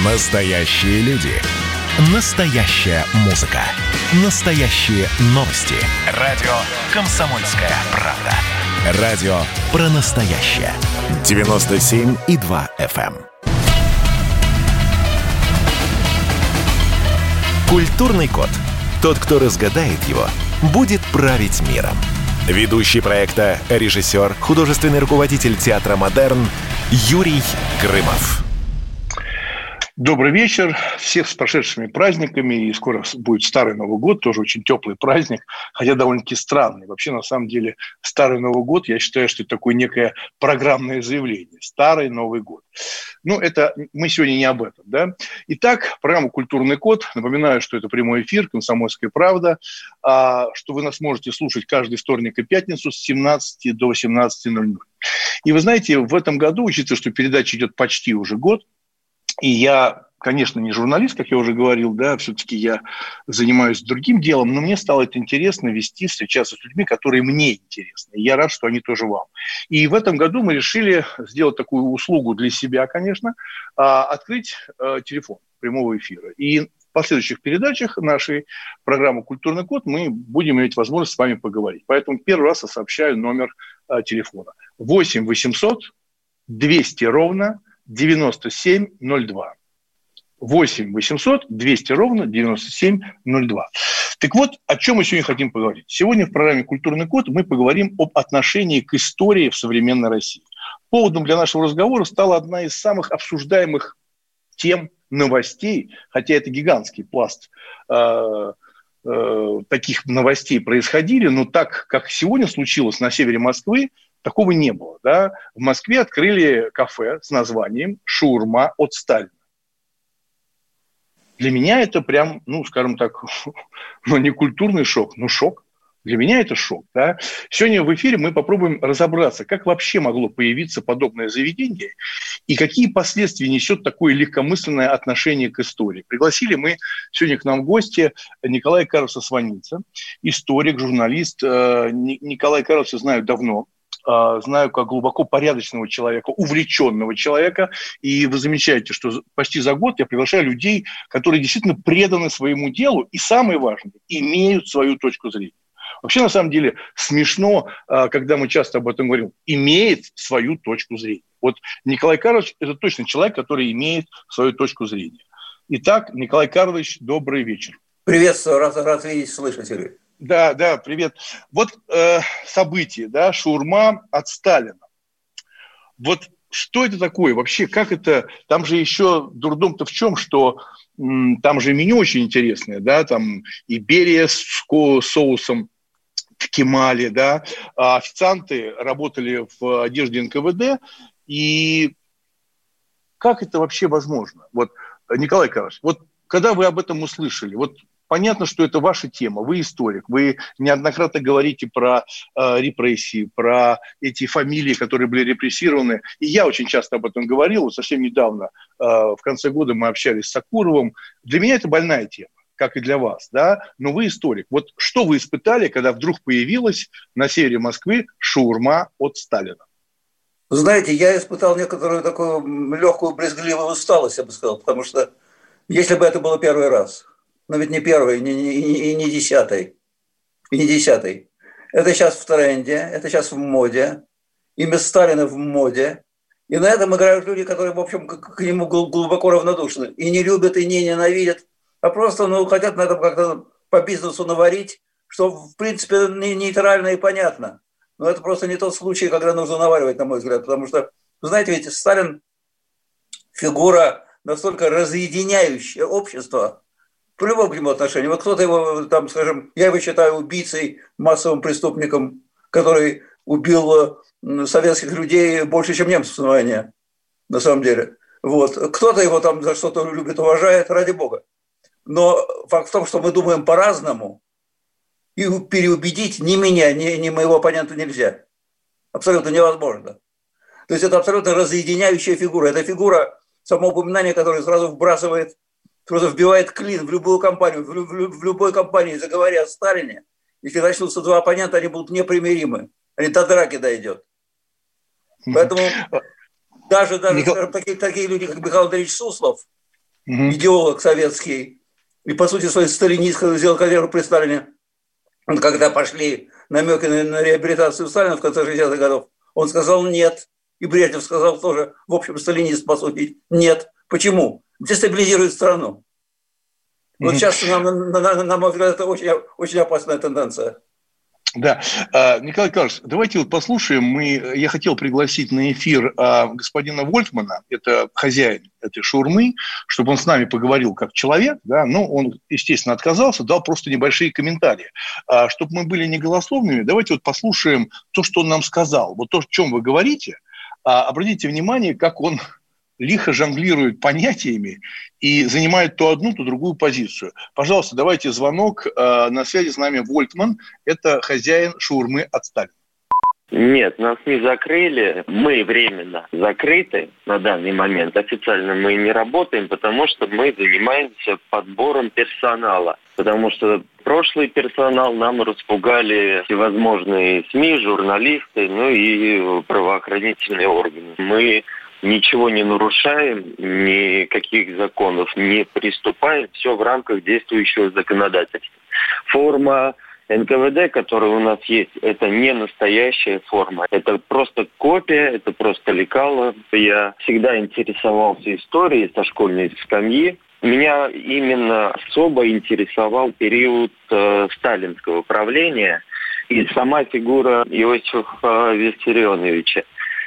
Настоящие люди. Настоящая музыка. Настоящие новости. Радио «Комсомольская правда». Радио про настоящее. 97,2 FM. Культурный код. Тот, кто разгадает его, будет править миром. Ведущий проекта, режиссер, художественный руководитель театра «Модерн» Юрий Грымов. Добрый вечер. Всех с прошедшими праздниками. И скоро будет Старый Новый год, тоже очень теплый праздник, хотя довольно-таки странный. Вообще, на самом деле, Старый Новый год, я считаю, что это такое некое программное заявление. Старый Новый год. Ну, это мы сегодня не об этом, да? Итак, программа «Культурный код». Напоминаю, что это прямой эфир «Комсомольская правда», что вы нас можете слушать каждый вторник и пятницу с 17 до 18:00. И вы знаете, в этом году, учитывая, что передача идет почти уже год, и я, конечно, не журналист, как я уже говорил, да, все-таки я занимаюсь другим делом, но мне стало это интересно вести, встречаться с людьми, которые мне интересны. И я рад, что они тоже вам. И в этом году мы решили сделать такую услугу для себя, конечно, открыть телефон прямого эфира. И в последующих передачах нашей программы «Культурный код» мы будем иметь возможность с вами поговорить. Поэтому первый раз я сообщаю номер телефона. 8 800 200 ровно 9702. 8 800 200 ровно 9702. Так вот, о чем мы сегодня хотим поговорить. Сегодня в программе «Культурный код» мы поговорим об отношении к истории в современной России. Поводом для нашего разговора стала одна из самых обсуждаемых тем новостей, хотя это гигантский пласт таких новостей происходили, но так, как сегодня случилось на севере Москвы, такого не было. Да? В Москве открыли кафе с названием «Шаурма от Сталина». Для меня это прям, скажем так, не культурный шок, но шок. Для меня это шок. Да? Сегодня в эфире мы попробуем разобраться, как вообще могло появиться подобное заведение и какие последствия несет такое легкомысленное отношение к истории. Пригласили мы сегодня к нам в гости Николая Карловича Сванидзе, историк, журналист. Николая Карловича знаю давно. Знаю как глубоко порядочного человека, увлеченного человека. И вы замечаете, что почти за год я приглашаю людей, которые действительно преданы своему делу и, самое важное, имеют свою точку зрения. Вообще, на самом деле, смешно, когда мы часто об этом говорим, имеет свою точку зрения. Вот Николай Карлович – это точно человек, который имеет свою точку зрения. Итак, Николай Карлович, добрый вечер. Приветствую, рад видеть, слышать, Юрий. Да, привет. Вот событие, да, шаурма от Сталина. Вот что это такое вообще? Как это? Там же еще дурдом-то в чем, что там же меню очень интересное, да, там и Берия с соусом в кемале, да, а официанты работали в одежде НКВД, и как это вообще возможно? Вот, Николай Карлович, вот когда вы об этом услышали, вот понятно, что это ваша тема, вы историк, вы неоднократно говорите про репрессии, про эти фамилии, которые были репрессированы. И я очень часто об этом говорил, вот совсем недавно, в конце года мы общались с Сакуровым. Для меня это больная тема, как и для вас, да, но вы историк. Вот что вы испытали, когда вдруг появилась на севере Москвы шаурма от Сталина? Вы знаете, я испытал некоторую такую легкую брезгливую усталость, я бы сказал, потому что если бы это было первый раз, но ведь не первый, и не десятый. И не десятый. Это сейчас в тренде, это сейчас в моде. Имя Сталина в моде. И на этом играют люди, которые, в общем, к нему глубоко равнодушны. И не любят, и не ненавидят. А просто хотят на этом как-то по бизнесу наварить, что, в принципе, нейтрально и понятно. Но это просто не тот случай, когда нужно наваривать, на мой взгляд. Потому что, вы знаете, ведь Сталин фигура настолько разъединяющая общество, по любому к нему отношению. Вот кто-то его, там, скажем, я его считаю убийцей, массовым преступником, который убил советских людей больше, чем немцев на войне, на самом деле. Вот. Кто-то его там за что-то любит, уважает, ради бога. Но факт в том, что мы думаем по-разному, и переубедить ни меня, ни моего оппонента нельзя. Абсолютно невозможно. То есть это абсолютно разъединяющая фигура. Это фигура, само упоминание, которое сразу вбрасывает, просто вбивает клин в любую компанию, в любой компании заговоря о Сталине, если начнутся два оппонента, они будут непримиримы. Они до драки дойдет. Поэтому даже скажем, такие люди, как Михаил Андреевич Суслов, идеолог советский, и, по сути, свой сталинист, сделал карьеру при Сталине. Когда пошли намеки на реабилитацию Сталина в конце 60-х годов, он сказал нет. И Брежнев сказал тоже, в общем, сталинист, по сути, нет. Почему? Дестабилизирует страну. Вот сейчас, на мой взгляд, это очень, очень опасная тенденция. Да. Николай Карлович, давайте вот послушаем. Я хотел пригласить на эфир господина Вольтмана, это хозяин этой шаурмы, чтобы он с нами поговорил как человек, да, но он, естественно, отказался, дал просто небольшие комментарии. Чтобы мы были не голословными, давайте вот послушаем то, что он нам сказал. Вот то, о чем вы говорите, обратите внимание, как он лихо жонглирует понятиями и занимает то одну, то другую позицию. Пожалуйста, давайте звонок. На связи с нами Вольтман. Это хозяин шаурмы от Сталина. Нет, нас не закрыли. Мы временно закрыты на данный момент. Официально мы не работаем, потому что мы занимаемся подбором персонала. Потому что прошлый персонал нам распугали всевозможные СМИ, журналисты, ну и правоохранительные органы. Мы ничего не нарушаем, никаких законов не приступаем, все в рамках действующего законодательства. Форма НКВД, которая у нас есть, это не настоящая форма. Это просто копия, это просто лекало. Я всегда интересовался историей со школьной скамьи. Меня именно особо интересовал период сталинского правления и сама фигура Иосифа Виссарионовича.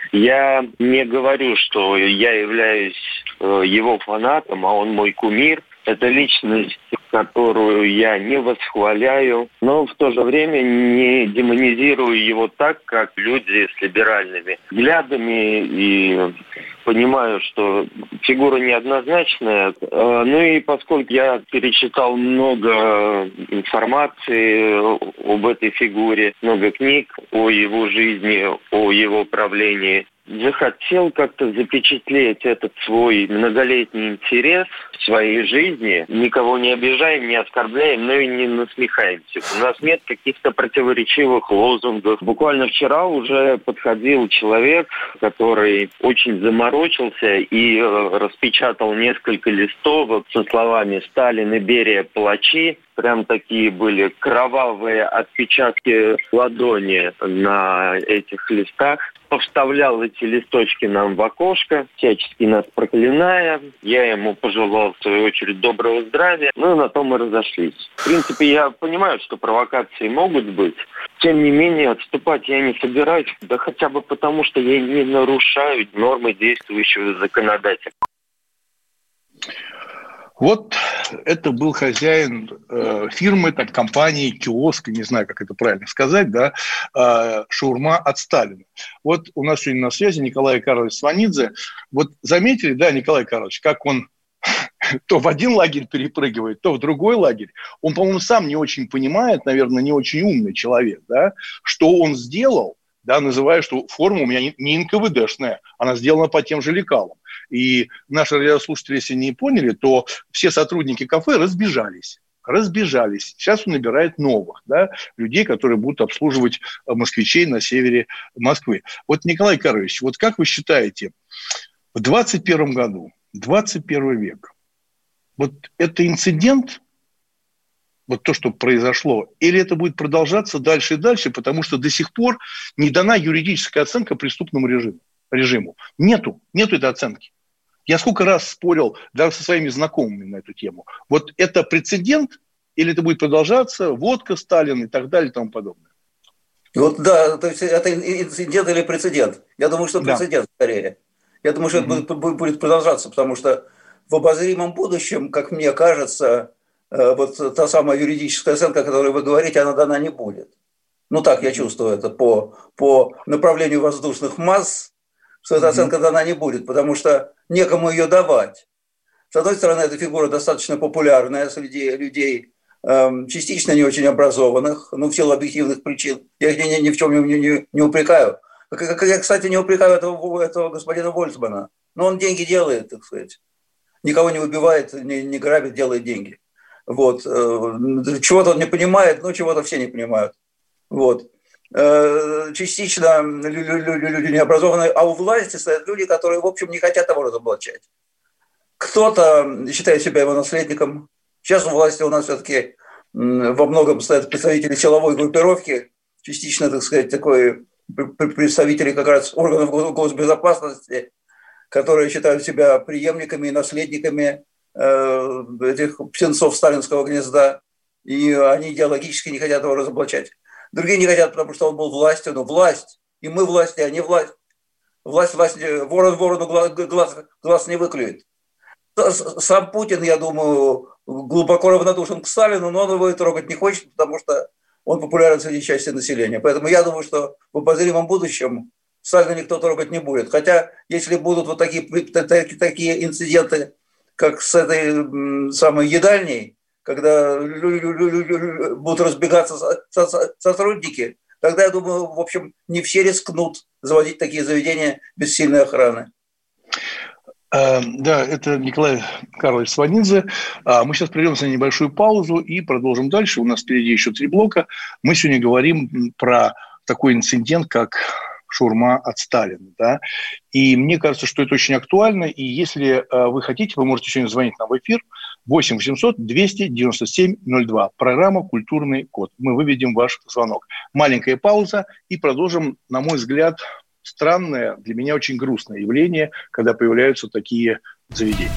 Я не говорю, что я являюсь его фанатом, а он мой кумир. Это личность, которую я не восхваляю, но в то же время не демонизирую его так, как люди с либеральными взглядами, и понимаю, что фигура неоднозначная. Ну и поскольку я перечитал много информации об этой фигуре, много книг о его жизни, о его правлении, захотел как-то запечатлеть этот свой многолетний интерес в своей жизни. Никого не обижаем, не оскорбляем, но и не насмехаемся. У нас нет каких-то противоречивых лозунгов. Буквально вчера уже подходил человек, который очень заморочился и распечатал несколько листовок со словами «Сталин и Берия – палачи». Прям такие были кровавые отпечатки ладони на этих листах. Вставлял эти листочки нам в окошко, всячески нас проклиная. Я ему пожелал, в свою очередь, доброго здравия. Ну и на том мы разошлись. В принципе, я понимаю, что провокации могут быть. Тем не менее, отступать я не собираюсь. Да хотя бы потому, что я не нарушаю нормы действующего законодательства. Вот это был хозяин фирмы, так, компании, киоска, не знаю, как это правильно сказать, да, шаурма от Сталина. Вот у нас сегодня на связи Николай Карлович Сванидзе. Вот заметили, да, Николай Карлович, как он то в один лагерь перепрыгивает, то в другой лагерь. Он, по-моему, сам не очень понимает, наверное, не очень умный человек, да, что он сделал, да, называя, что форма у меня не НКВДшная, она сделана по тем же лекалам. И наши радиослушатели, если не поняли, то все сотрудники кафе разбежались. Сейчас он набирает новых, да, людей, которые будут обслуживать москвичей на севере Москвы. Вот, Николай Карлович, вот как вы считаете, в 21 году, 21 век, вот это инцидент, вот то, что произошло, или это будет продолжаться дальше и дальше, потому что до сих пор не дана юридическая оценка преступному режиму. Нету этой оценки. Я сколько раз спорил даже со своими знакомыми на эту тему. Вот это прецедент или это будет продолжаться, водка, Сталин и так далее и тому подобное? Вот да, то есть это инцидент или прецедент? Я думаю, что прецедент скорее. Я думаю, что это будет продолжаться, потому что в обозримом будущем, как мне кажется, вот та самая юридическая оценка, о которой вы говорите, она дана не будет. Ну так я чувствую это по направлению воздушных масс, что эта оценка дана не будет, потому что некому ее давать. С одной стороны, эта фигура достаточно популярная среди людей, частично не очень образованных, ну, в силу объективных причин. Я их ни в чем не упрекаю. Я, кстати, не упрекаю этого господина Вольтмана. Но он деньги делает, так сказать. Никого не убивает, не грабит, делает деньги. Вот. Чего-то он не понимает, но чего-то все не понимают. Вот. Частично люди необразованные, а у власти стоят люди, которые, в общем, не хотят его разоблачать. Кто-то считает себя его наследником. Сейчас у власти у нас все-таки во многом стоят представители силовой группировки, частично, так сказать, такой представители как раз органов госбезопасности, которые считают себя преемниками и наследниками этих птенцов сталинского гнезда, и они идеологически не хотят его разоблачать. Другие не хотят, потому что он был властью, но власть, и мы власти, а не власть. Власть, ворон ворону глаз не выклюет. Сам Путин, я думаю, глубоко равнодушен к Сталину, но он его и трогать не хочет, потому что он популярен среди части населения. Поэтому я думаю, что в обозримом будущем Сталина никто трогать не будет. Хотя, если будут вот такие инциденты, как с этой самой едальней, когда будут разбегаться сотрудники, тогда, я думаю, в общем, не все рискнут заводить такие заведения без сильной охраны. Да, это Николай Карлович Сванидзе. Мы сейчас прервемся на небольшую паузу и продолжим дальше. У нас впереди еще 3 блока. Мы сегодня говорим про такой инцидент, как шаурма от Сталина. Да? И мне кажется, что это очень актуально. И если вы хотите, вы можете сегодня звонить нам в эфир 8 800 297 02. Программа «Культурный код». Мы выведем ваш звонок. Маленькая пауза и продолжим, на мой взгляд, странное, для меня очень грустное явление, когда появляются такие заведения.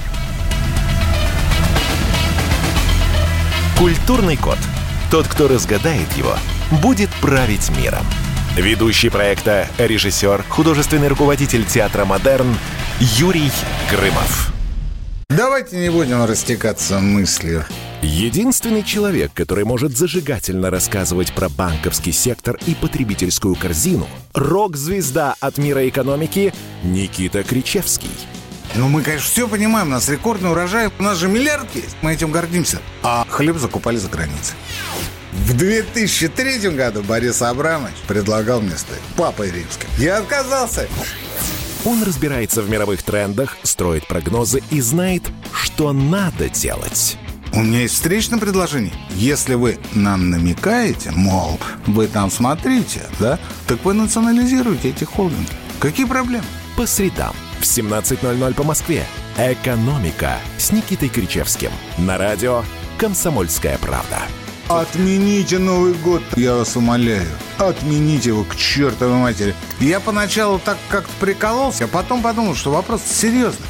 Культурный код. Тот, кто разгадает его, будет править миром. Ведущий проекта, режиссер, художественный руководитель театра «Модерн» Юрий Грымов. Давайте не будем растекаться мыслью. Единственный человек, который может зажигательно рассказывать про банковский сектор и потребительскую корзину, рок-звезда от мира экономики Никита Кричевский. Ну, мы, конечно, все понимаем, у нас рекордный урожай, у нас же миллиард есть, мы этим гордимся. А хлеб закупали за границей. В 2003 году Борис Абрамович предлагал мне стать папой римским. Я отказался. Он разбирается в мировых трендах, строит прогнозы и знает, что надо делать. У меня есть встречное предложение. Если вы нам намекаете, мол, вы там смотрите, да, так вы национализируете эти холдинги. Какие проблемы? По средам в 17:00 по Москве. «Экономика» с Никитой Кричевским. На радио «Комсомольская правда». Отмените Новый год, я вас умоляю. Отмените его к чертовой матери. Я поначалу так как-то прикололся, а потом подумал, что вопрос серьезный.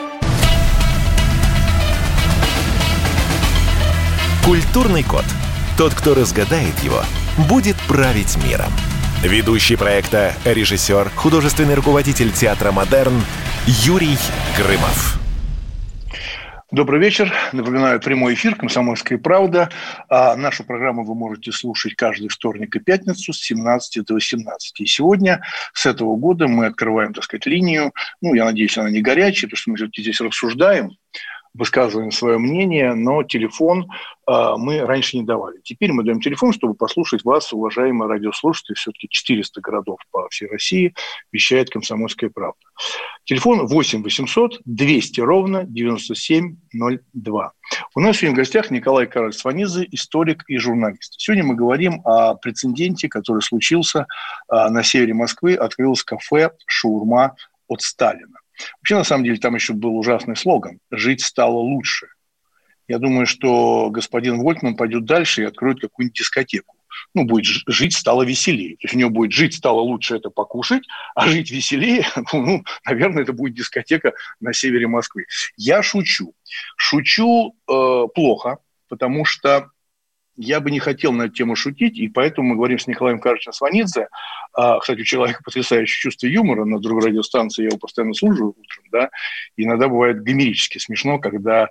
Культурный код. Тот, кто разгадает его, будет править миром. Ведущий проекта, режиссер, художественный руководитель театра «Модерн» Юрий Грымов. Добрый вечер. Напоминаю, прямой эфир «Комсомольская правда». Нашу программу вы можете слушать каждый вторник и пятницу с 17 до 18. И сегодня, с этого года, мы открываем, так сказать, линию. Ну, я надеюсь, она не горячая, потому что мы все-таки здесь рассуждаем, высказываем свое мнение, но телефон мы раньше не давали. Теперь мы даем телефон, чтобы послушать вас, уважаемые радиослушатели. Все-таки 400 городов по всей России вещает «Комсомольская правда». Телефон 8 800 200 ровно 9702. У нас сегодня в гостях Николай Карлович Сванидзе, историк и журналист. Сегодня мы говорим о прецеденте, который случился на севере Москвы. Открылось кафе «Шаурма от Сталина». Вообще, на самом деле, там еще был ужасный слоган «Жить стало лучше». Я думаю, что господин Вольтман пойдет дальше и откроет какую-нибудь дискотеку. Ну, будет «Жить стало веселее». То есть у него будет «Жить стало лучше» – это покушать, а «Жить веселее» – ну, наверное, это будет дискотека на севере Москвы. Я шучу. Шучу плохо, потому что я бы не хотел на эту тему шутить, и поэтому мы говорим с Николаем Карловичем Сванидзе. Кстати, у человека потрясающее чувство юмора. На другой радиостанции я его постоянно слушаю утром, да, и иногда бывает гомерически смешно, когда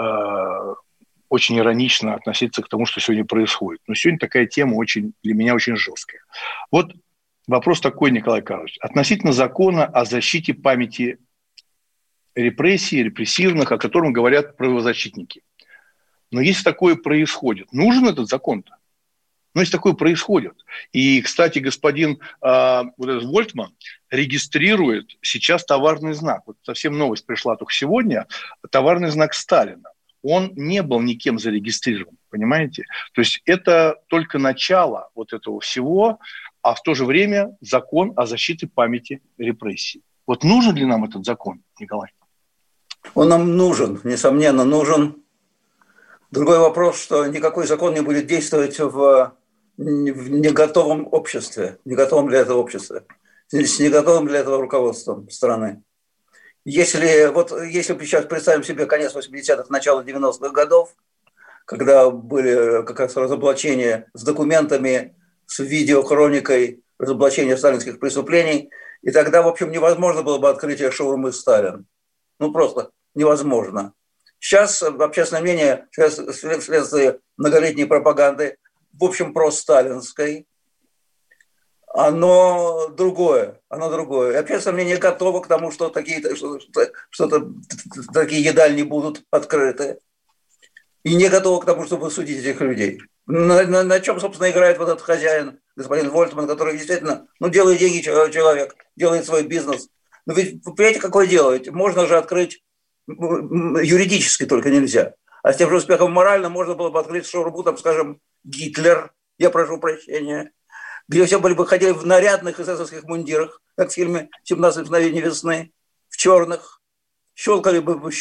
очень иронично относиться к тому, что сегодня происходит. Но сегодня такая тема очень, для меня очень жесткая. Вот вопрос такой, Николай Карлович. Относительно закона о защите памяти репрессий, репрессированных, о котором говорят правозащитники. Но если такое происходит, нужен этот закон-то? Но если такое происходит. И, кстати, господин вот этот Вольтман регистрирует сейчас товарный знак. Вот совсем новость пришла только сегодня. Товарный знак Сталина. Он не был никем зарегистрирован, понимаете? То есть это только начало вот этого всего, а в то же время закон о защите памяти репрессий. Вот нужен ли нам этот закон, Николай? Он нам нужен, несомненно, нужен. Другой вопрос, что никакой закон не будет действовать в неготовом обществе, не готовом для этого обществе, с не готовым для этого руководством страны. Если сейчас представим себе конец 80-х, начало 90-х годов, когда были как раз разоблачения с документами, с видеохроникой разоблачения сталинских преступлений, и тогда, в общем, невозможно было бы открытие шаурмы «Сталин». Ну, просто невозможно. Сейчас общественное мнение вследствие многолетней пропаганды, в общем, просталинской, оно другое. И общественное мнение готово к тому, что такие едальни будут открыты. И не готово к тому, чтобы судить этих людей. На чем, собственно, играет вот этот хозяин, господин Вольтман, который действительно, делает деньги человек, делает свой бизнес. Но ведь, понимаете, какое дело? Ведь можно же открыть, юридически только нельзя. А с тем же успехом морально можно было бы открыть шаурму, там, скажем, Гитлер, я прошу прощения, где все ходили в нарядных эсэсовских мундирах, как в фильме «17 мгновений весны», в черных, щелкали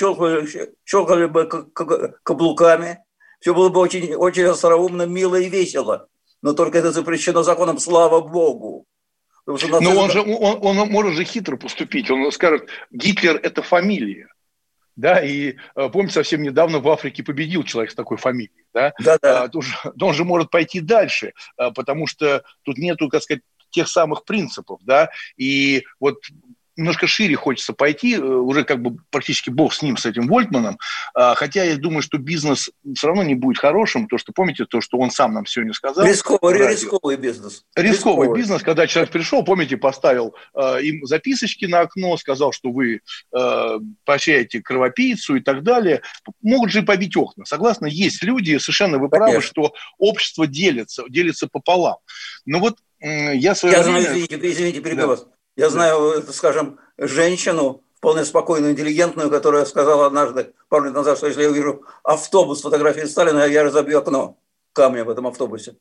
бы каблуками. Все было бы очень, очень остроумно, мило и весело. Но только это запрещено законом, слава богу. Но он может же хитро поступить. Он скажет, Гитлер – это фамилия. Да, и помните, совсем недавно в Африке победил человек с такой фамилией. Да? Да. Он же может пойти дальше, потому что тут нету, так сказать, тех самых принципов. Да? И вот немножко шире хочется пойти, уже как бы практически бог с ним, с этим Вольтманом, хотя я думаю, что бизнес все равно не будет хорошим, потому что помните то, что он сам нам сегодня сказал? Рисковый бизнес. Рисковый бизнес, когда человек пришел, помните, поставил им записочки на окно, сказал, что вы поощряете кровопийцу и так далее, могут же и побить окна. Согласно, есть люди, совершенно вы правы, что общество делится пополам. Но вот извините, перебью вас. Я знаю, скажем, женщину, вполне спокойную, интеллигентную, которая сказала однажды, пару лет назад, что если я увижу автобус с фотографией Сталина, я разобью окно камнем в этом автобусе.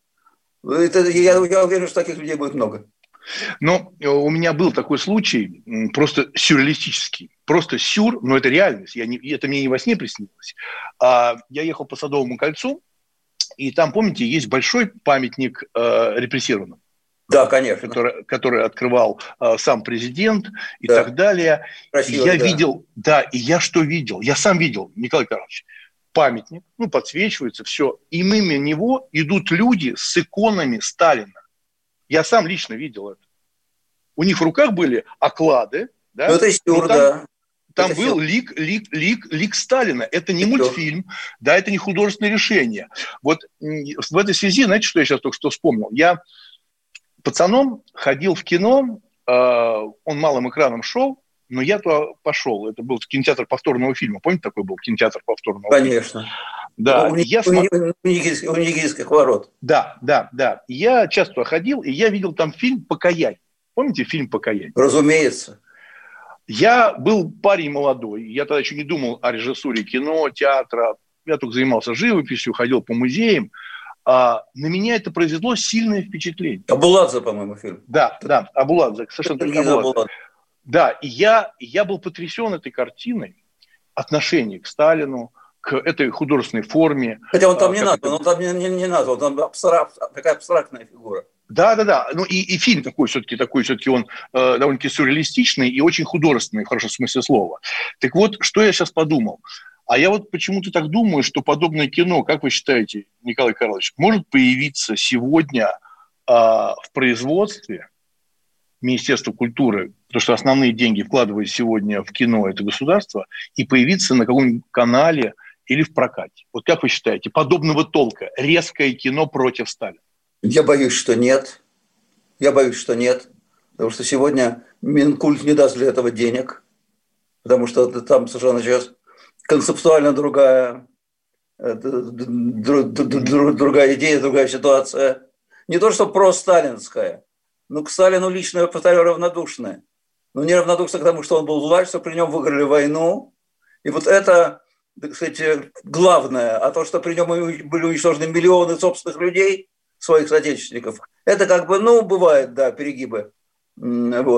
Я уверен, что таких людей будет много. Но у меня был такой случай, просто сюрреалистический. Просто сюр, но это реальность. Это мне не во сне приснилось. Я ехал по Садовому кольцу, и там, помните, есть большой памятник репрессированным. Да, конечно. Который открывал сам президент и так далее. Красиво, я видел, и я что видел? Я сам видел, Николай Карлович, памятник, подсвечивается, все. И мимо него идут люди с иконами Сталина. Я сам лично видел это. У них в руках были оклады. Да? Это сюр, да. Там был лик Сталина. Это не мультфильм, да, это не художественное решение. Вот в этой связи, знаете, что я сейчас только что вспомнил? Я пацаном ходил в кино, он малым экраном шел, но я туда пошел. Это был кинотеатр повторного фильма. Помните, такой был кинотеатр повторного фильма? Конечно. Да. У Нигильских ворот. Да. Я часто туда ходил, и я видел там фильм «Покаяние». Помните фильм «Покаяние»? Разумеется. Я был парень молодой. Я тогда еще не думал о режиссуре кино, театра. Я только занимался живописью, ходил по музеям. На меня это произвело сильное впечатление. Абуладзе, по-моему, фильм. Да, Абуладзе, совершенно точно Абуладзе. Да, и я был потрясен этой картиной, отношение к Сталину, к этой художественной форме. Хотя он там не назван, он там такая абстрактная фигура. Да. Ну и фильм такой все-таки он довольно-таки сюрреалистичный и очень художественный, в хорошем смысле слова. Так вот, что я сейчас подумал? А я вот почему-то так думаю, что подобное кино, как вы считаете, Николай Карлович, может появиться сегодня в производстве Министерства культуры, потому что основные деньги вкладывают сегодня в кино это государство, и появиться на каком-нибудь канале или в прокате. Вот как вы считаете, подобного толка, резкое кино против Сталина? Я боюсь, что нет. Потому что сегодня Минкульт не даст для этого денег, потому что там совершенно сейчас концептуально другая идея, другая ситуация. Не то, что просталинская, но к Сталину лично, я повторяю, равнодушная. Но не равнодушна к тому, что он был власть, что при нем выиграли войну. И вот это, кстати, главное. А то, что при нем были уничтожены миллионы собственных людей, своих соотечественников, это как бы, бывает, да, перегибы. Вот.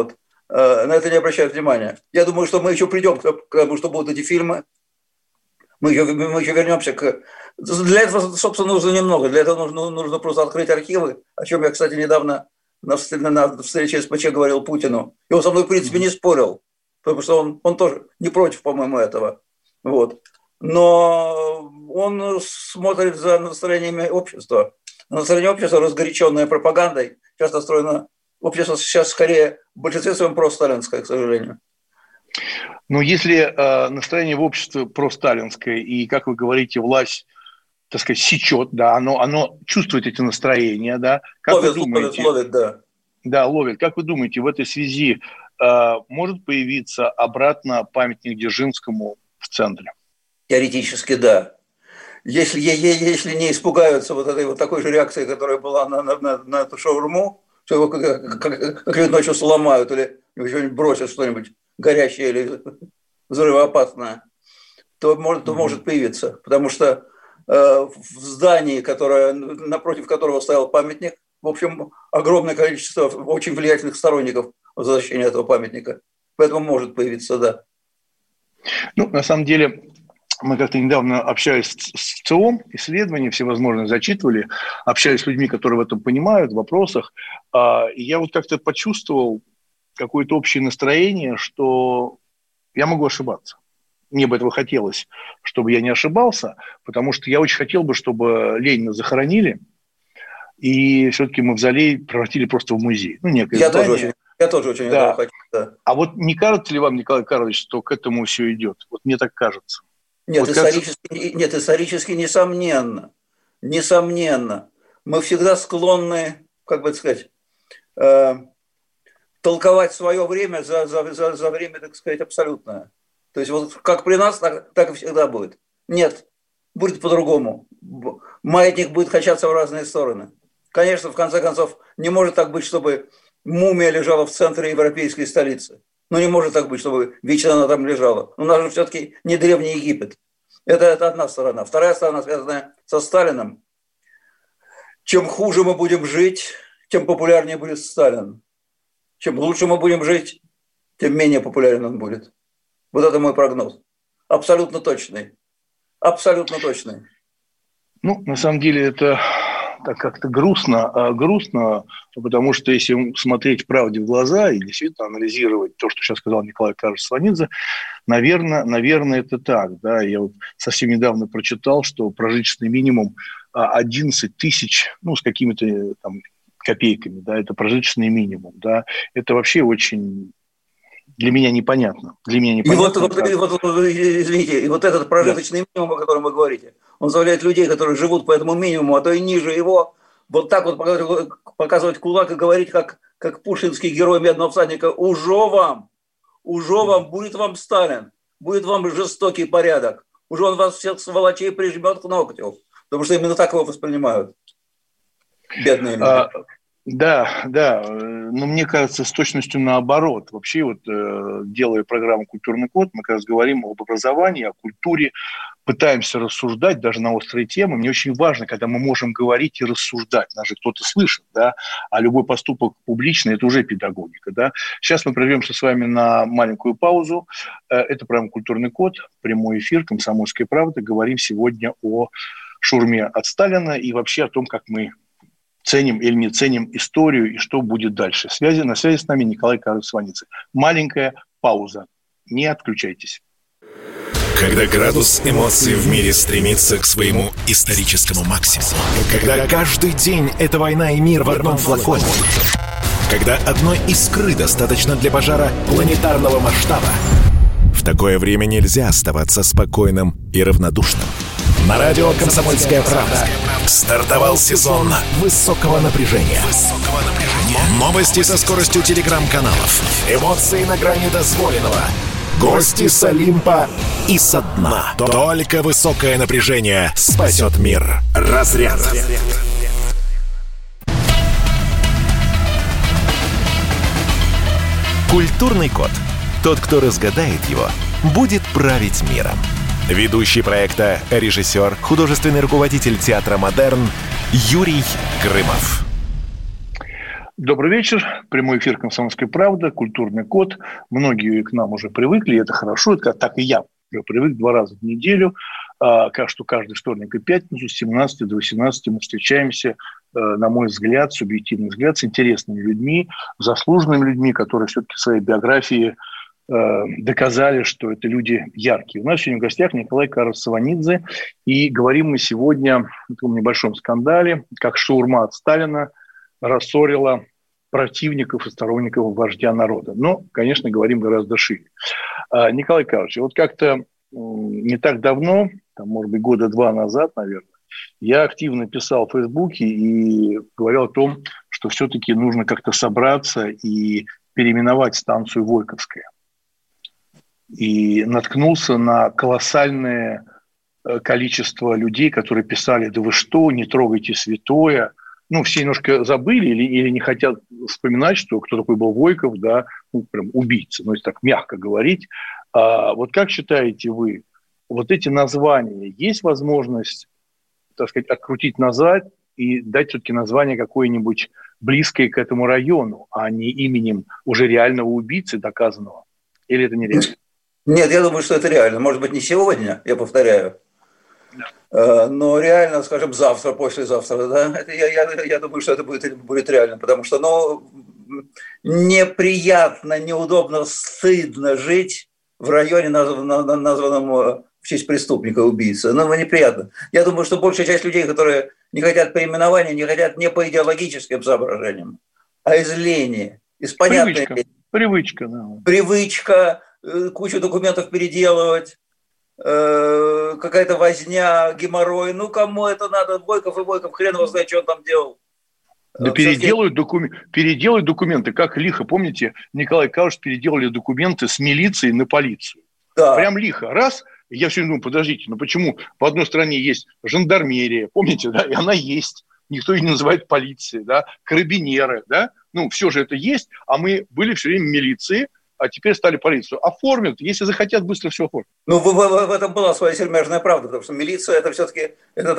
на это не обращают внимания. Я думаю, что мы еще придем к тому, что будут эти фильмы. Мы еще вернемся к... Для этого, собственно, нужно немного. Для этого нужно просто открыть архивы, о чем я, кстати, недавно на встрече СПЧ говорил Путину. И он со мной, в принципе, не спорил, потому что он тоже не против, по-моему, этого. Вот. Но он смотрит за настроениями общества. Настроение общества, разгоряченное пропагандой, сейчас настроено... Общество сейчас скорее в большинстве своем просталинское, к сожалению. Но если настроение в обществе просталинское, и, как вы говорите, власть, так сказать, сечет, да, оно чувствует эти настроения, да, как ловит, вы думаете, ловит, да. Да, ловит. Как вы думаете, в этой связи может появиться обратно памятник Дзержинскому в центре? Теоретически, да. Если не испугаются вот этой вот такой же реакции, которая была на эту шаурму, что его как ночью сломают или что-нибудь бросят, что-нибудь горящее или взрывоопасное, то может появиться. Потому что в здании, напротив которого стоял памятник, в общем, огромное количество очень влиятельных сторонников возвращения этого памятника. Поэтому может появиться, да. Ну, на самом деле, мы как-то недавно общались с ЦИОМ, исследования всевозможные зачитывали, общались с людьми, которые в этом понимают, в вопросах. И я вот как-то почувствовал какое-то общее настроение, что я могу ошибаться. Мне бы этого хотелось, чтобы я не ошибался, потому что я очень хотел бы, чтобы Ленина захоронили, и все-таки мавзолей превратили просто в музей. Ну, некое здание. Я тоже очень этого хочу, да. А вот не кажется ли вам, Николай Карлович, что к этому все идет? Вот мне так кажется. Нет, исторически несомненно. Несомненно. Мы всегда склонны, как бы сказать, толковать свое время за время, так сказать, абсолютное. То есть вот как при нас, так и всегда будет. Нет, будет по-другому. Маятник будет качаться в разные стороны. Конечно, в конце концов, не может так быть, чтобы мумия лежала в центре европейской столицы. Ну, не может так быть, чтобы вечно она там лежала. У нас же все-таки не Древний Египет. Это одна сторона. Вторая сторона, связанная со Сталиным. Чем хуже мы будем жить, тем популярнее будет Сталин. Чем лучше мы будем жить, тем менее популярен он будет. Вот это мой прогноз. Абсолютно точный. Абсолютно точный. Ну, на самом деле, это так как-то грустно, потому что если смотреть правде в глаза и действительно анализировать то, что сейчас сказал Николай Карлович Сванидзе, наверное, это так. Да? Я вот совсем недавно прочитал, что прожиточный минимум 11 тысяч, ну, с какими-то там копейками, да, это прожиточный минимум. Да? Это вообще очень... Для меня непонятно. И вот, извините, и вот этот прожиточный минимум, о котором вы говорите, он заставляет людей, которые живут по этому минимуму, а то и ниже его, вот так вот показывать кулак и говорить, как пушкинский герой «Медного всадника», уже вам, будет вам Сталин, будет вам жестокий порядок, уже он вас всех сволочей прижмет к ногтю, потому что именно так его воспринимают бедные люди. Да, но мне кажется, с точностью наоборот. Вообще, вот делая программу «Культурный код», мы как раз говорим об образовании, о культуре, пытаемся рассуждать даже на острые темы. Мне очень важно, когда мы можем говорить и рассуждать. Нас же кто-то слышит, да, а любой поступок публичный – это уже педагогика, да. Сейчас мы прервемся с вами на маленькую паузу. Это программа «Культурный код», прямой эфир «Комсомольская правда». Говорим сегодня о шаурме от Сталина и вообще о том, как мы ценим или не ценим историю и что будет дальше. На связи с нами Николай Карлович Сванидзе. Маленькая пауза. Не отключайтесь. Когда градус эмоций в мире стремится к своему историческому максимуму. Когда каждый день это война и мир в одном флаконе. Когда одной искры достаточно для пожара планетарного масштаба. В такое время нельзя оставаться спокойным и равнодушным. На радио «Комсомольская правда» стартовал сезон высокого напряжения. Новости со скоростью телеграм-каналов. Эмоции на грани дозволенного. Гости с Олимпа и со дна. Только высокое напряжение спасет мир. Разряд. Культурный код. Тот, кто разгадает его, будет править миром. Ведущий проекта, режиссер, художественный руководитель театра «Модерн» Юрий Грымов. Добрый вечер. Прямой эфир «Комсомольской правды», «Культурный код». Многие к нам уже привыкли, это хорошо. Это так и я уже привык 2 раза в неделю. Что каждый вторник и пятницу с 17 до 18 мы встречаемся, на мой взгляд, субъективный взгляд, с интересными людьми, заслуженными людьми, которые все-таки в своей биографии доказали, что это люди яркие. У нас сегодня в гостях Николай Карлович Сванидзе. И говорим мы сегодня о таком небольшом скандале, как шаурма от Сталина рассорила противников и сторонников вождя народа. Но, конечно, говорим гораздо шире. Николай Карлович, вот как-то не так давно, там, может быть, 2 года назад, наверное, я активно писал в Фейсбуке и говорил о том, что все-таки нужно как-то собраться и переименовать станцию Войковская. И наткнулся на колоссальное количество людей, которые писали: да вы что, не трогайте святое. Все немножко забыли или не хотят вспоминать, что кто такой был Войков, да, прям убийца, если так мягко говорить. Вот как считаете вы, вот эти названия, есть возможность, так сказать, открутить назад и дать все-таки название какое-нибудь близкое к этому району, а не именем уже реального убийцы доказанного? Или это нереально? Нет, я думаю, что это реально. Может быть, не сегодня, я повторяю. Но реально, скажем, завтра, послезавтра, да, я думаю, что это будет реально, потому что, неприятно, неудобно, стыдно жить в районе, названном в честь преступника-убийцы. Неприятно. Я думаю, что большая часть людей, которые не хотят переименования, не хотят не по идеологическим соображениям, а из лени, из понятной лени. Привычка, да. Привычка, кучу документов переделывать, какая-то возня, геморрой. Кому это надо? Войков и Войков, хрен его знает, что он там делал. Да переделают документы, как лихо. Помните, Николай Карлович переделали документы с милиции на полицию. Да. Прям лихо. Раз, я все думаю, подождите, почему по одной стороне есть жандармерия, помните, да, и она есть. Никто ее не называет полицией, да, карабинеры, да. Все же это есть, а мы были все время в милиции, а теперь стали полицию. Оформят, если захотят, быстро все оформят. В этом была своя сермяжная правда, потому что милиция – это все-таки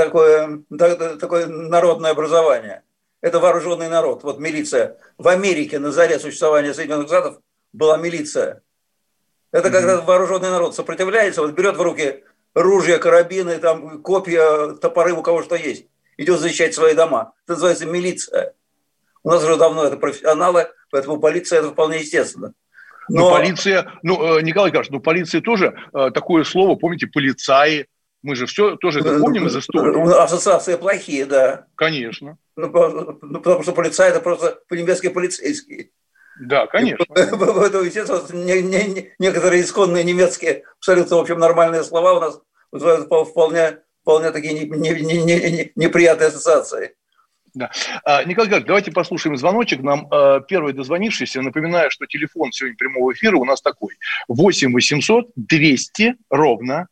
такое народное образование. Это вооруженный народ. Вот милиция. В Америке на заре существования Соединенных Штатов была милиция. Это когда вооруженный народ сопротивляется, берет в руки ружья, карабины, там, копья, топоры, у кого что есть. Идет защищать свои дома. Это называется милиция. У нас уже давно это профессионалы, поэтому полиция – это вполне естественно. Полиция, Николай Карлович, полиция тоже такое слово, помните, полицаи. Мы же все тоже это помним из истории. Ассоциации плохие, да. Конечно. Потому что полицай – это просто по-немецки полицейский. Да, конечно. Поэтому, естественно, некоторые исконные немецкие, абсолютно, в общем, нормальные слова у нас вызывают вполне такие неприятные ассоциации. Да. Николай Георгиевич, давайте послушаем звоночек. Нам первый дозвонившийся. Напоминаю, что телефон сегодня прямого эфира у нас такой. 8 800 200 ровно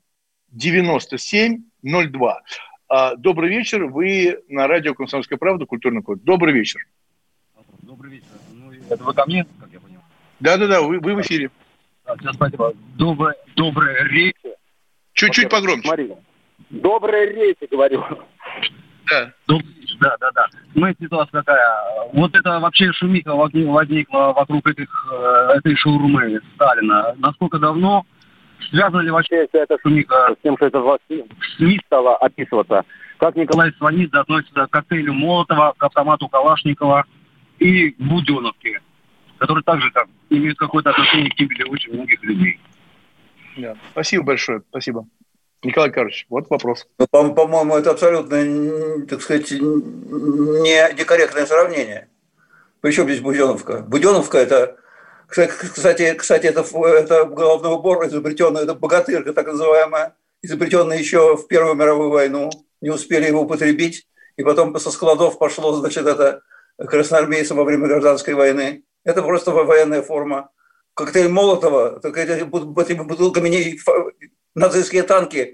9702. Добрый вечер. Вы на радио «Комсомольская правда», «Культурный код». Добрый вечер. Добрый вечер. Это вы ко мне, как я понимаю? Да, вы в эфире. Все, спасибо. Добрые речи. Чуть-чуть погромче. Смотри. Добрые речи, говорю. Да. Да. Ситуация какая? Вот это вообще шумиха возникла вокруг этой шаурмы Сталина. Насколько давно? Связана ли вообще вся эта шумиха с тем, что это в СМИ стало описываться? Как Николай Сванидзе относится к коктейлю Молотова, к автомату Калашникова и Буденновке, которые также имеют какое-то отношение к гибели очень многих людей? Да. Спасибо большое. Спасибо. Николай Карлович, вот вопрос. По-моему, это абсолютно, так сказать, некорректное сравнение. Причем здесь Буденновка? Буденновка – это, кстати, это головной убор, изобретенный, это богатырка так называемая, изобретенная еще в Первую мировую войну. Не успели его употребить, и потом со складов пошло, значит, это красноармейцам во время гражданской войны. Это просто военная форма. Коктейль Молотова, так этими бутылками нацистские танки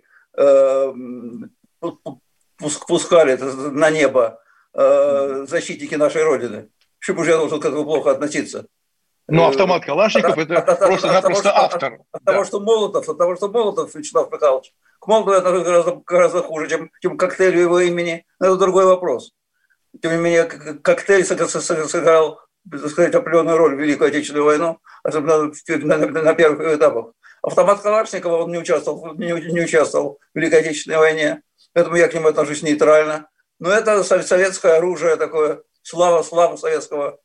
пускали на защитники нашей Родины. Почему же я должен к этому плохо относиться? Автомат Калашников – это просто-напросто автор. От того, что Молотов, Вячеслав Михайлович, к Молотову я отношусь гораздо хуже, чем к коктейлю его имени. Но это другой вопрос. Тем не менее, коктейль сыграл так сказать, определенную роль в Великую Отечественную войну, особенно на первых этапах. Автомат Калашникова, он не участвовал в Великой Отечественной войне, поэтому я к нему отношусь нейтрально. Но это советское оружие такое, слава советского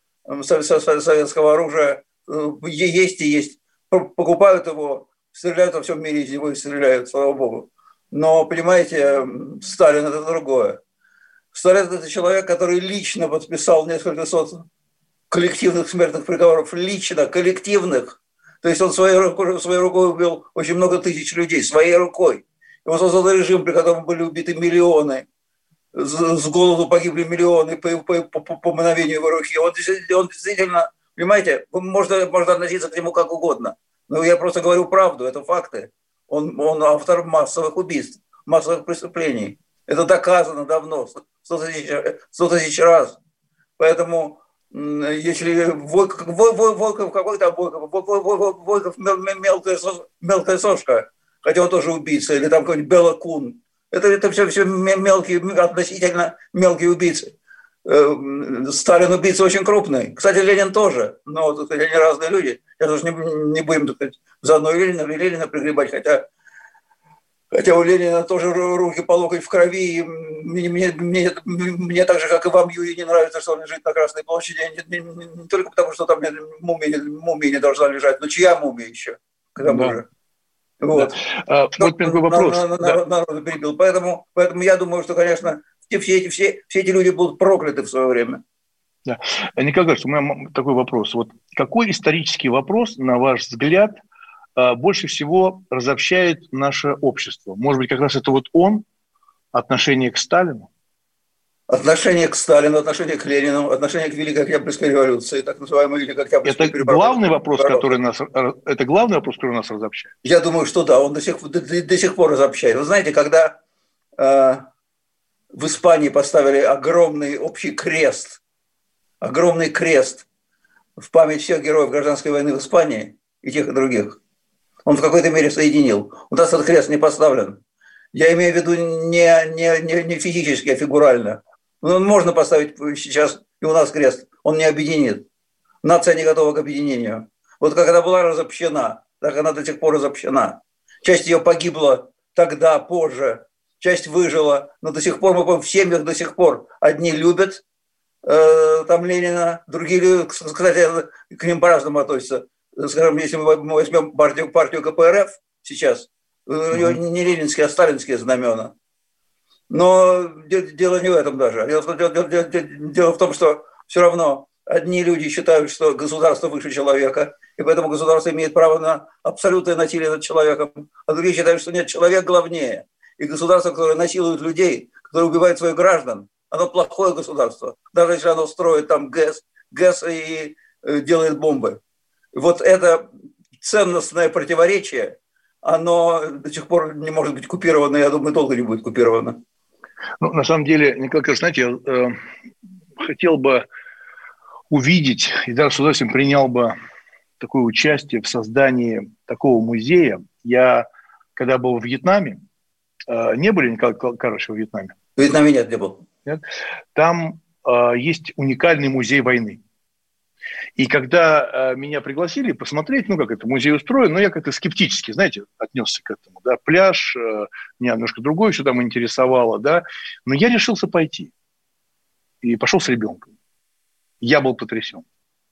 оружия есть и есть. Покупают его, стреляют во всем мире, из него и стреляют, слава богу. Но, понимаете, Сталин – это другое. Сталин – это человек, который лично подписал несколько сот коллективных смертных приговоров. Лично, коллективных. То есть он своей рукой убил очень много тысяч людей. Своей рукой. Он создал режим, при котором были убиты миллионы. С голоду погибли миллионы по мгновению его руки. Он действительно, понимаете, можно относиться к нему как угодно. Но я просто говорю правду, это факты. Он автор массовых убийств, массовых преступлений. Это доказано давно, 100 тысяч раз. Поэтому, если Волков какой-то Волков мелкая сошка, хотя он тоже убийца, или там какой-нибудь Белла Кун, это все мелкие, относительно мелкие убийцы. Сталин убийца очень крупный. Кстати, Ленин тоже. Но тут они разные люди. Сейчас уже не будем так сказать, заодно Ленина пригребать, хотя у Ленина тоже руки по локоть в крови. И мне так же, как и вам, Юрий, не нравится, что он лежит на Красной площади. Не только потому, что там мумия не должна лежать, но чья мумия еще? К тому же. Вот. Да. Вот первый вопрос. Народ перебил. Поэтому я думаю, что, конечно, все эти люди будут прокляты в свое время. Да. Николай Григорьевич, у меня такой вопрос. Вот какой исторический вопрос, на ваш взгляд, больше всего разобщает наше общество? Может быть, как раз это вот он, отношение к Сталину? Отношение к Сталину, отношение к Ленину, отношение к Великой Октябрьской революции, так называемой Великой Октябрьской революции. Это главный вопрос, который нас разобщает? Я думаю, что да, он до сих пор разобщает. Вы знаете, когда в Испании поставили огромный общий крест, в память всех героев гражданской войны в Испании и тех, и других, он в какой-то мере соединил. У нас этот крест не поставлен. Я имею в виду не физически, а фигурально. Можно поставить сейчас и у нас крест, он не объединит. Нация не готова к объединению. Вот как она была разобщена, так она до сих пор разобщена. Часть ее погибла тогда, позже, часть выжила, но до сих пор, мы помним, в семьях до сих пор одни любят там Ленина, другие, кстати, к ним по-разному относятся. Скажем, если мы возьмем партию КПРФ сейчас, у нее не ленинские, а сталинские знамена. Но дело не в этом даже. Дело в том, что все равно одни люди считают, что государство выше человека, и поэтому государство имеет право на абсолютное насилие над человеком, а другие считают, что нет, человек главнее. И государство, которое насилует людей, которое убивает своих граждан, оно плохое государство, даже если оно строит там ГЭС и делает бомбы. Вот это ценностное противоречие, оно до сих пор не может быть купировано, я думаю, долго не будет купировано. Ну, на самом деле, Николай Григорьевич, знаете, я хотел бы увидеть, и даже с удовольствием принял бы такое участие в создании такого музея. Я, когда был в Вьетнаме, не были, Николай Григорьевич, в Вьетнаме? В Вьетнаме нет, не был. Нет? Там есть уникальный музей войны. И когда меня пригласили посмотреть, ну, как это музей устроен, я как-то скептически, знаете, отнесся к этому, да, пляж, меня немножко другое еще там интересовало, да, но я решился пойти. И пошел с ребенком. Я был потрясен.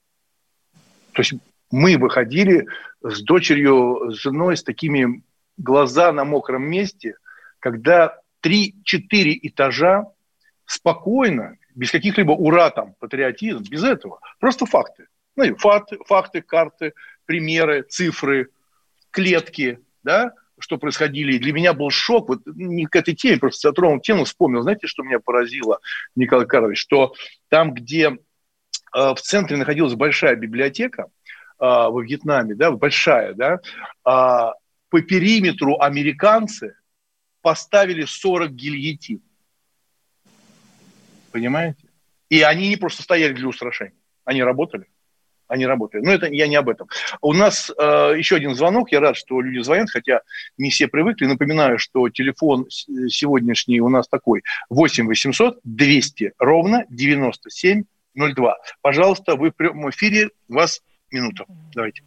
То есть мы выходили с дочерью, с женой, с такими глаза на мокром месте, когда 3-4 этажа спокойно, без каких-либо ура, там, патриотизм, без этого. Просто факты. Ну, факты, карты, примеры, цифры, клетки, да, что происходили. И для меня был шок. Вот не к этой теме, просто затронул тему, вспомнил. Знаете, что меня поразило, Николай Карлович? Что там, где в центре находилась большая библиотека во Вьетнаме, да, большая, да, по периметру американцы поставили 40 гильотин. Понимаете? И они не просто стояли для устрашения. Они работали. Но это я не об этом. У нас еще один звонок. Я рад, что люди звонят, хотя не все привыкли. Напоминаю, что телефон сегодняшний у нас такой. 8 800 200 ровно 97 02. Пожалуйста, вы в прямом эфире, у вас минута. Давайте.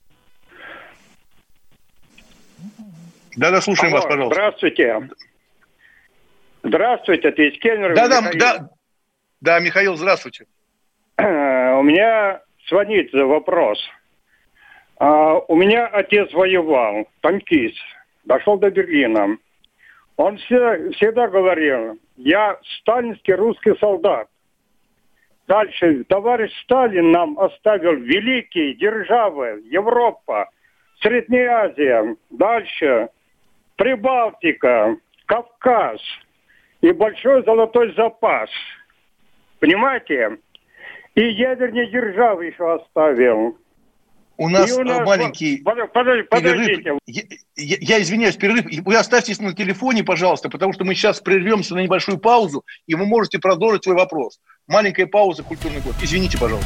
Да, слушаем вас, пожалуйста. Здравствуйте. Здравствуйте, это из Кельнера. Да, Михаил, здравствуйте. У меня звонит вопрос. У меня отец воевал, танкист, дошел до Берлина. Он всегда говорил, я сталинский русский солдат. Дальше товарищ Сталин нам оставил великие державы, Европа, Средняя Азия, дальше Прибалтика, Кавказ и большой золотой запас. Понимаете? И ядерные державы еще оставил. У нас маленький подождите. перерыв. Я извиняюсь, перерыв. Вы оставьтесь на телефоне, пожалуйста, потому что мы сейчас прервемся на небольшую паузу, и вы можете продолжить свой вопрос. Маленькая пауза, культурный код. Извините, пожалуйста.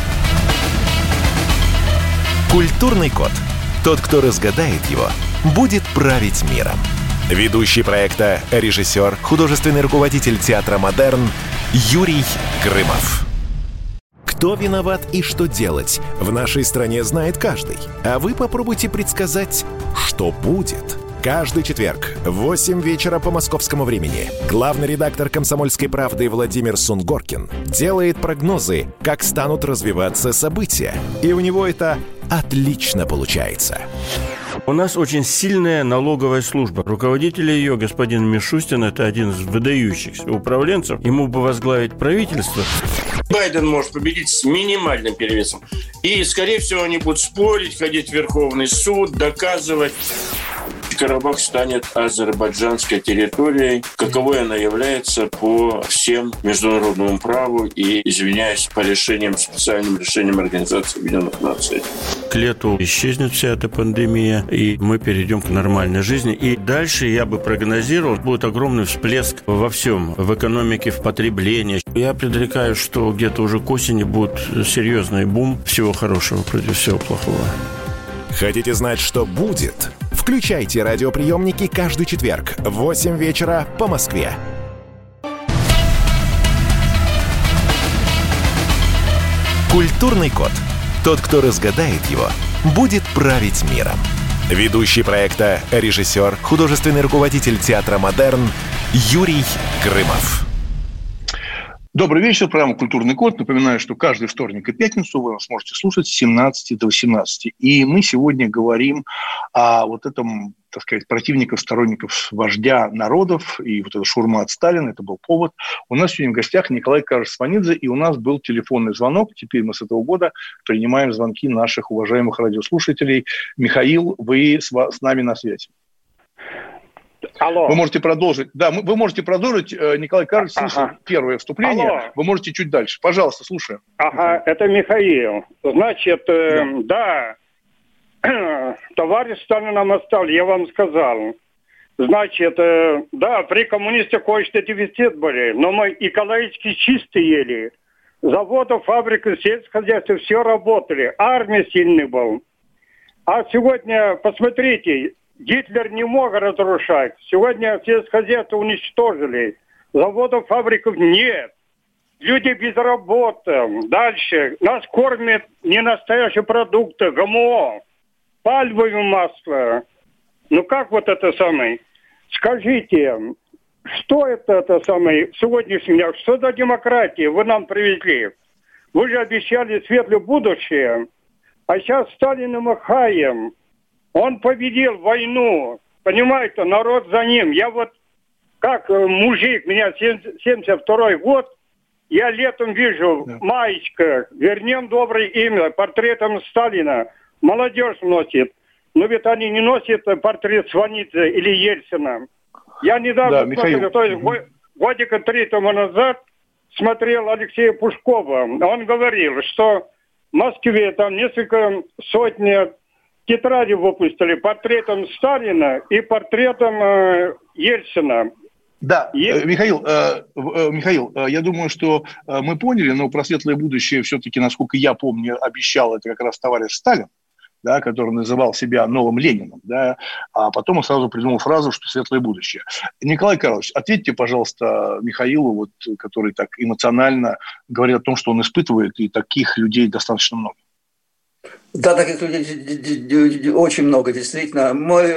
Культурный код. Тот, кто разгадает его, будет править миром. Ведущий проекта, режиссер, художественный руководитель театра «Модерн» Юрий Грымов. Кто виноват и что делать, в нашей стране знает каждый. А вы попробуйте предсказать, что будет. Каждый четверг в 8 вечера по московскому времени главный редактор «Комсомольской правды» Владимир Сунгоркин делает прогнозы, как станут развиваться события. И у него это отлично получается. У нас очень сильная налоговая служба. Руководитель ее, господин Мишустин, это один из выдающихся управленцев. Ему бы возглавить правительство. Байден может победить с минимальным перевесом. И, скорее всего, они будут спорить, ходить в Верховный суд, доказывать. Карабах станет азербайджанской территорией, каковой она является по всем международному праву и, извиняюсь, по специальным решениям Организации Объединенных Наций. К лету исчезнет вся эта пандемия, и мы перейдем к нормальной жизни. И дальше, я бы прогнозировал, будет огромный всплеск во всем, в экономике, в потреблении. Я предрекаю, что где-то уже к осени будет серьезный бум всего хорошего против всего плохого. Хотите знать, что будет? Включайте радиоприемники каждый четверг в 8 вечера по Москве. Культурный код. Тот, кто разгадает его, будет править миром. Ведущий проекта, режиссер, художественный руководитель театра «Модерн» Юрий Грымов. Добрый вечер, программа «Культурный код». Напоминаю, что каждый вторник и пятницу вы нас можете слушать с 17 до 18. И мы сегодня говорим о вот этом, так сказать, противников, сторонников вождя народов. И вот эта шаурма от Сталина, это был повод. У нас сегодня в гостях Николай Карлович Сванидзе, и у нас был телефонный звонок. Теперь мы с этого года принимаем звонки наших уважаемых радиослушателей. Михаил, вы с нами на связи. Алло. Вы можете продолжить. Да, вы можете продолжить. Николай Карлович, слушаем первое вступление. Алло. Вы можете чуть дальше. Пожалуйста, слушаем. Ага, это Михаил. Значит, да, товарищ Сталин нам оставил, я вам сказал. Значит, да, при коммунистах кое-что дефицит были, но мы экологически чистые ели. Заводы, фабрики, сельскохозяйство, все работали. Армия сильный был. А сегодня, посмотрите, Гитлер не мог разрушать. Сегодня сельскохозяйство уничтожили. Заводов, фабриков нет. Люди без работы. Дальше. Нас кормят не настоящие продукты, ГМО, пальмовое масло. Ну как вот это самое? Скажите, что это самое сегодняшний день? Что за демократия вы нам привезли? Вы же обещали светлое будущее. А сейчас Сталина мы хаем. Он победил войну. Понимаете, народ за ним. Я вот как мужик, меня 72-й год, я летом вижу, маечка, вернем доброе имя, портретом Сталина. Молодежь носит. Но ведь они не носят портрет Сванидзе или Ельцина. Я недавно, то есть годика 3 тому назад, смотрел Алексея Пушкова. Он говорил, что в Москве там несколько сотен тетради выпустили портретом Сталина и портретом Ельцина. Да, Михаил, я думаю, что мы поняли, но про светлое будущее все-таки, насколько я помню, обещал это как раз товарищ Сталин. да, который называл себя новым Лениным, да, а потом он сразу придумал фразу, что светлое будущее. Николай Карлович, ответьте, пожалуйста, Михаилу, вот, который так эмоционально говорит о том, что он испытывает, и таких людей достаточно много. Да, таких людей очень много, действительно.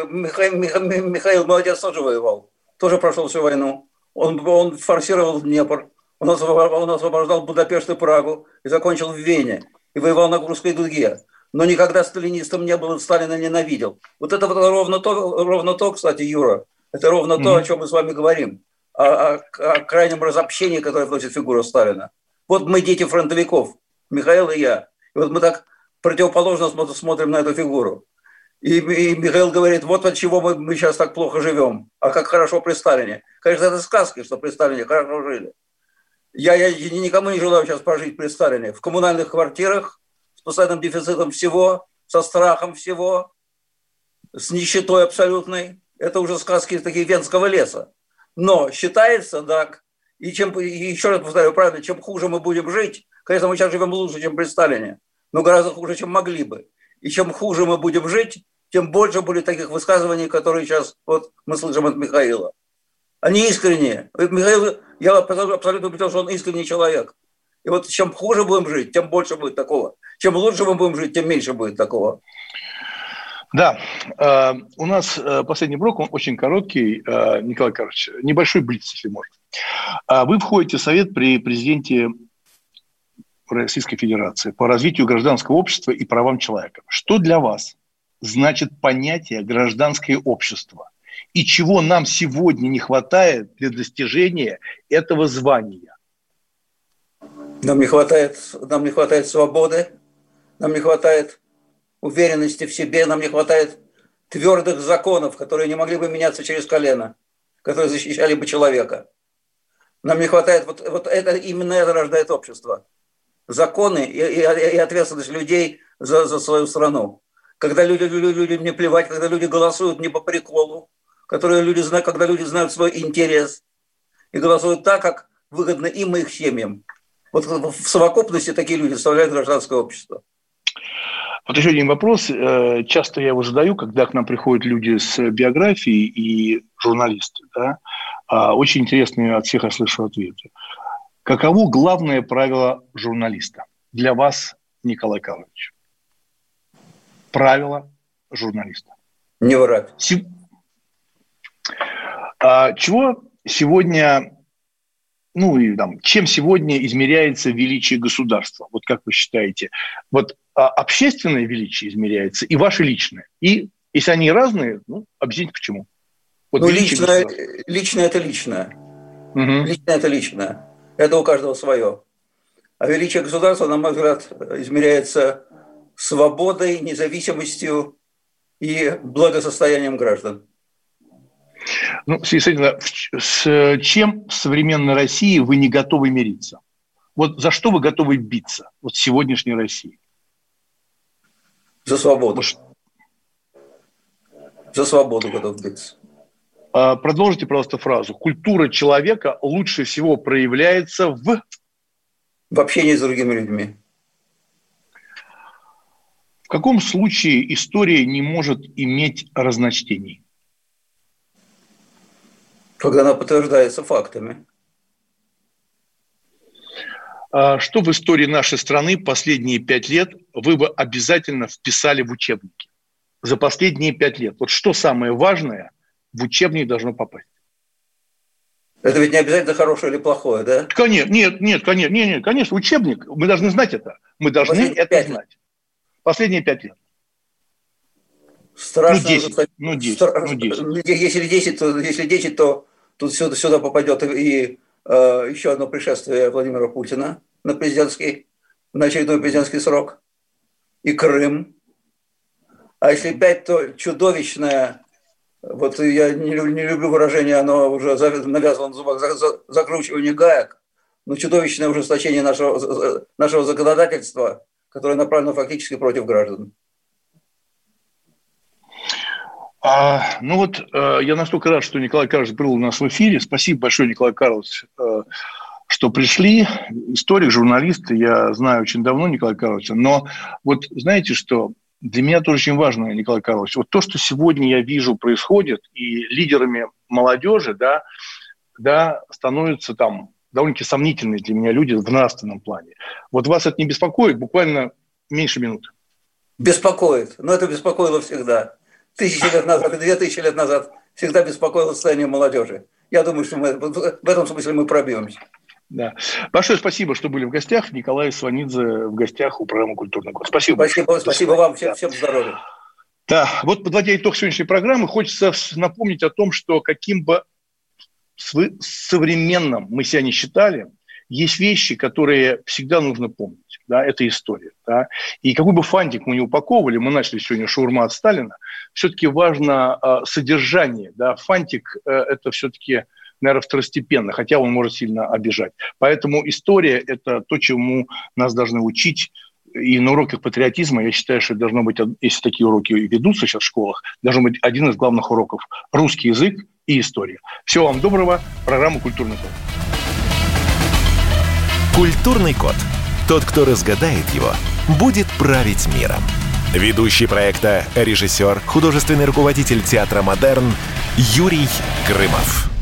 Михаил, мой отец тоже воевал, тоже прошел всю войну. Он форсировал Днепр, он освобождал Будапешт и Прагу и закончил в Вене, и воевал на Курской дуге. Но никогда сталинистом не был, Сталина ненавидел. Вот это вот ровно то, кстати, Юра, это ровно то, о чем мы с вами говорим, о крайнем разобщении, которое вносит фигура Сталина. Вот мы дети фронтовиков, Михаил и я. И вот мы так противоположно смотрим на эту фигуру. И Михаил говорит, вот от чего мы сейчас так плохо живем, а как хорошо при Сталине. Конечно, это сказки, что при Сталине хорошо жили. Я никому не желаю сейчас прожить при Сталине. В коммунальных квартирах, с постоянным дефицитом всего, со страхом всего, с нищетой абсолютной. Это уже сказки такие Венского леса. Но считается так, и еще раз повторяю, правильно, чем хуже мы будем жить, конечно, мы сейчас живем лучше, чем при Сталине, но гораздо хуже, чем могли бы. И чем хуже мы будем жить, тем больше будет таких высказываний, которые сейчас вот мы слышим от Михаила. Они искренние. Михаил, я абсолютно убежден, что он искренний человек. И вот чем хуже будем жить, тем больше будет такого. Чем лучше мы будем жить, тем меньше будет такого. Да, у нас последний блок, он очень короткий, Николай Карлович, небольшой блиц, если можно. Вы входите в Совет при президенте Российской Федерации по развитию гражданского общества и правам человека. Что для вас значит понятие «гражданское общество»? И чего нам сегодня не хватает для достижения этого звания? Нам не хватает свободы, нам не хватает уверенности в себе, нам не хватает твердых законов, которые не могли бы меняться через колено, которые защищали бы человека. Нам не хватает, вот это, именно это рождает общество. Законы и ответственность людей за свою страну. Когда людям не плевать, когда люди голосуют не по приколу, когда люди знают свой интерес и голосуют так, как выгодно им и их семьям. Вот в совокупности такие люди составляют гражданское общество. Вот еще один вопрос. Часто я его задаю, когда к нам приходят люди с биографией и журналисты. Да? Очень интересные от всех я слышу ответы. Каково главное правило журналиста для вас, Николай Карлович? Правило журналиста. Не врать. Чего сегодня, чем сегодня измеряется величие государства? Вот как вы считаете? Вот общественное величие измеряется и ваше личное. И если они разные, объясните почему. Вот личное это личное. Угу. Личное это личное. Это у каждого свое. А величие государства, на мой взгляд, измеряется свободой, независимостью и благосостоянием граждан. С чем в современной России вы не готовы мириться? Вот за что вы готовы биться? Вот в сегодняшней России. За свободу. За свободу готов биться. Продолжите, пожалуйста, фразу. Культура человека лучше всего проявляется в общении с другими людьми. В каком случае история не может иметь разночтений? Когда она подтверждается фактами. Что в истории нашей страны последние 5 лет вы бы обязательно вписали в учебники? За последние 5 лет. Вот что самое важное в учебник должно попасть? Это ведь не обязательно хорошее или плохое, да? Конечно, учебник. Мы должны знать это. Мы должны это знать. Последние 5 лет. Страшно. 10. Если 10, то тут сюда попадет и еще одно пришествие Владимира Путина на очередной президентский срок. И Крым. А если 5, то чудовищное, вот я не люблю выражение, оно уже навязано на зубах, закручивание гаек, но чудовищное ужесточение нашего законодательства, которое направлено фактически против граждан. Я настолько рад, что Николай Карлович был у нас в эфире. Спасибо большое, Николай Карлович, что пришли. Историк, журналист, я знаю очень давно Николая Карловича. Но вот знаете что, Для меня тоже очень важно, Николай Карлович, вот то, что сегодня я вижу происходит, и лидерами молодежи, да, становятся там довольно-таки сомнительные для меня люди в нравственном плане. Вот вас это не беспокоит? Буквально меньше минуты. Беспокоит. Но это беспокоило всегда. 1000 лет назад и 2000 лет назад всегда беспокоило состояние молодежи. Я думаю, что в этом смысле мы пробьемся. Да. Большое спасибо, что были в гостях. Николай Сванидзе в гостях у программы «Культурный код». Спасибо. Спасибо вам. Всем здоровья. Да, вот подводя итог сегодняшней программы, хочется напомнить о том, что каким бы современным мы себя не считали, есть вещи, которые всегда нужно помнить. Да, это история. Да. И какой бы фантик мы не упаковывали, мы начали сегодня шаурма от Сталина, все-таки важно содержание. Да. Фантик – это все-таки, наверное, второстепенно, хотя он может сильно обижать. Поэтому история – это то, чему нас должны учить. И на уроках патриотизма, я считаю, что должно быть, если такие уроки ведутся сейчас в школах, должен быть один из главных уроков – русский язык и история. Всего вам доброго. Программа «Культурный код». «Культурный код». Тот, кто разгадает его, будет править миром. Ведущий проекта, режиссер, художественный руководитель театра «Модерн» Юрий Грымов.